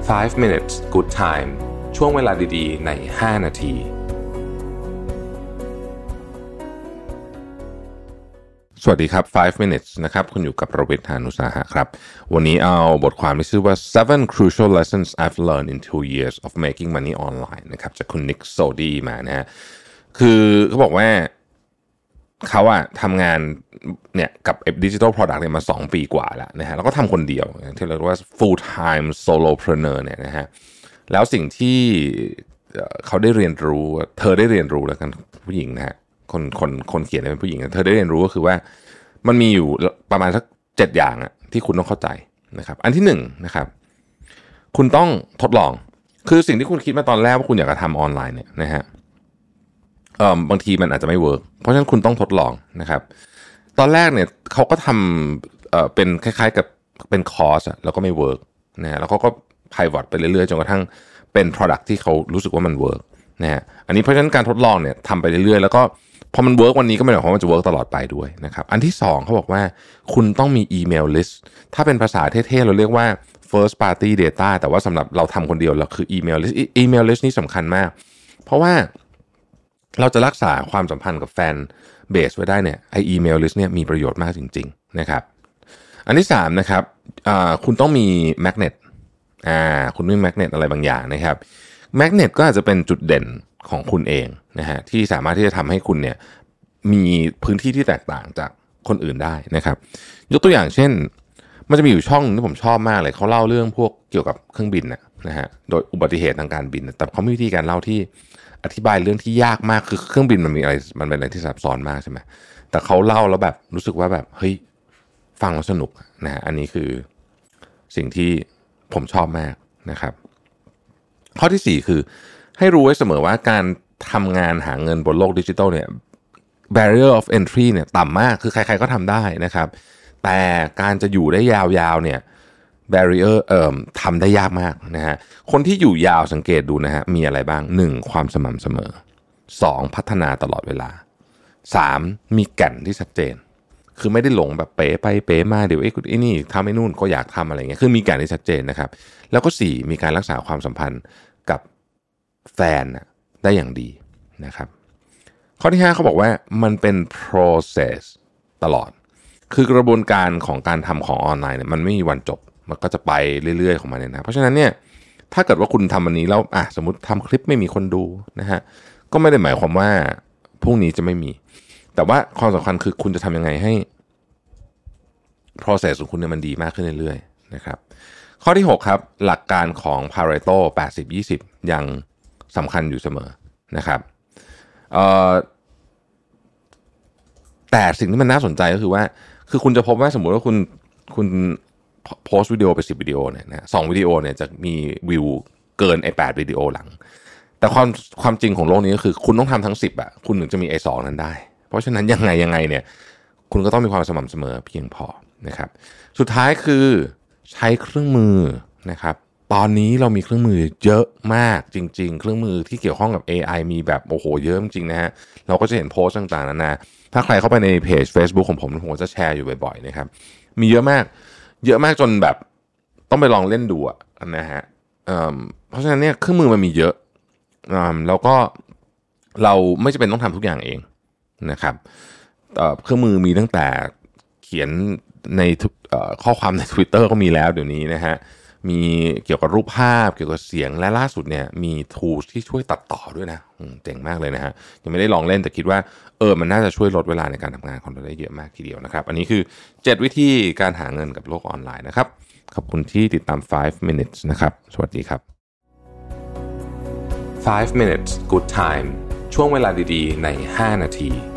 5 minutes good time ช่วงเวลาดีๆใน5นาทีสวัสดีครับ5 minutes นะครับคุณอยู่กับประวิทย์ หาญอุตสาหะครับวันนี้เอาบทความที่ชื่อว่า 7 crucial lessons I've learned in 2 years of making money online นะครับจากคุณนิกโซดีมานะฮะคือเขาบอกว่าเขาอะทำงานเนี่ยกับDigital Product เนี่ยมา2 ปีกว่าแล้วนะฮะแล้วก็ทำคนเดียวที่เรียกว่า full time solopreneur เนี่ยนะฮะแล้วสิ่งที่เขาได้เรียนรู้เธอได้เรียนรู้แล้วกันผู้หญิงนะฮะคนเขียนเป็นผู้หญิงเธอได้เรียนรู้ก็คือว่ามันมีอยู่ประมาณสัก7อย่างอะที่คุณต้องเข้าใจนะครับอันที่1นะครับคุณต้องทดลองคือสิ่งที่คุณคิดมาตอนแรกว่าคุณอยากจะทำออนไลน์เนี่ยนะฮะบางทีมันอาจจะไม่เวิร์กเพราะฉะนั้นคุณต้องทดลองนะครับตอนแรกเนี่ยเขาก็ทำเป็นคล้ายๆกับเป็นคอร์สแล้วก็ไม่เวิร์กนะฮะแล้วเขาก็ pivot ไปเรื่อยๆจนกระทั่งเป็น product ที่เขารู้สึกว่ามันเวิร์กนะฮะอันนี้เพราะฉะนั้นการทดลองเนี่ยทำไปเรื่อยๆแล้วก็พอมันเวิร์กวันนี้ก็ไม่ได้หมายความว่ามันจะเวิร์กตลอดไปด้วยนะครับอันที่2เขาบอกว่าคุณต้องมีอีเมลลิสต์ถ้าเป็นภาษาเท่ๆเราเรียกว่า first party data แต่ว่าสำหรับเราทำคนเดียวเราคืออีเมลลิสต์นี่สำคัญมากเพราะว่าเราจะรักษาความสัมพันธ์กับแฟนเบสไว้ได้เนี่ยไออีเมลลิสต์เนี่ยมีประโยชน์มากจริงๆนะครับอันที่3นะครับคุณต้องมีแมกเนตคุณมีแมกเนตอะไรบางอย่างนะครับแมกเนตก็อาจจะเป็นจุดเด่นของคุณเองนะฮะที่สามารถที่จะทำให้คุณเนี่ยมีพื้นที่ที่แตกต่างจากคนอื่นได้นะครับยกตัวอย่างเช่นมันจะมีอยู่ช่องที่ผมชอบมากเลยเขาเล่าเรื่องพวกเกี่ยวกับเครื่องบินนะฮะโดยอุบัติเหตุทางการบินแต่เขามีวิธีการเล่าที่อธิบายเรื่องที่ยากมากคือเครื่องบินมันมีอะไรมันเป็นอะไรที่ซับซ้อนมากใช่ไหมแต่เขาเล่าแล้วแบบรู้สึกว่าแบบเฮ้ยฟังแล้วสนุกนะฮะอันนี้คือสิ่งที่ผมชอบมากนะครับข้อที่4คือให้รู้ไว้เสมอว่าการทำงานหาเงินบนโลกดิจิทัลเนี่ย barrier of entry เนี่ยต่ำมากคือใครๆก็ทำได้นะครับแต่การจะอยู่ได้ยาวๆเนี่ย barrier ทำได้ยากมากนะฮะคนที่อยู่ยาวสังเกตดูนะฮะมีอะไรบ้าง1ความสม่ำเสมอ2พัฒนาตลอดเวลา3มีแก่นที่ชัดเจนคือไม่ได้หลงแบบเป๋ไปเป๋มาเดี๋ยวไอ้นี่ทำไอ้นู่นก็อยากทำอะไรเงี้ยคือมีแก่นที่ชัดเจนนะครับแล้วก็4มีการรักษาความสัมพันธ์กับแฟนได้อย่างดีนะครับข้อที่5เขาบอกว่ามันเป็น process ตลอดคือกระบวนการของการทำของออนไลน์เนี่ยมันไม่มีวันจบมันก็จะไปเรื่อยๆของมันเนี่ยนะเพราะฉะนั้นเนี่ยถ้าเกิดว่าคุณทำวันนี้แล้วสมมติทำคลิปไม่มีคนดูนะฮะก็ไม่ได้หมายความว่าพรุ่งนี้จะไม่มีแต่ว่าความสำคัญคือคุณจะทำยังไงให้ process ของคุณเนี่ยมันดีมากขึ้นเรื่อยๆนะครับข้อที่6ครับหลักการของ Pareto 80-20 ยังสำคัญอยู่เสมอนะครับแต่สิ่งที่มันน่าสนใจก็คือว่าคือคุณจะพบว่าสมมุติว่าคุณโพสต์วิดีโอไป10วิดีโอเนี่ยนะ2วิดีโอเนี่ยจะมีวิวเกิน8วิดีโอหลังแต่ความจริงของโลกนี้ก็คือคุณต้องทำทั้ง10คุณถึงจะมีไอ้2นั้นได้เพราะฉะนั้นยังไงเนี่ยคุณก็ต้องมีความสม่ำเสมอเพียงพอนะครับสุดท้ายคือใช้เครื่องมือนะครับตอนนี้เรามีเครื่องมือเยอะมากจริงๆเครื่องมือที่เกี่ยวข้องกับ AI มีแบบโอ้โหเยอะจริงๆนะฮะเราก็จะเห็นโพสต์ต่างๆนานาถ้าใครเข้าไปในเพจ Facebook ของผมจะแชร์อยู่บ่อยๆนะครับมีเยอะมากจนแบบต้องไปลองเล่นดูนะฮะเพราะฉะนั้นเนี่ยเครื่องมือมันมีเยอะแล้วก็เราไม่จำเป็นต้องทำทุกอย่างเองนะครับเครื่องมือมีตั้งแต่เขียนในข้อความใน Twitter ก็มีแล้วเดี๋ยวนี้นะฮะมีเกี่ยวกับรูปภาพเกี่ยวกับเสียงและล่าสุดเนี่ยมี tools ที่ช่วยตัดต่อด้วยนะเจ๋งมากเลยนะฮะยังไม่ได้ลองเล่นแต่คิดว่ามันน่าจะช่วยลดเวลาในการทำงานของเราได้เยอะมากทีเดียวนะครับอันนี้คือ7วิธีการหาเงินกับโลกออนไลน์นะครับขอบคุณที่ติดตาม5 minutes นะครับสวัสดีครับ5 minutes good time ช่วงเวลาดีๆใน5นาที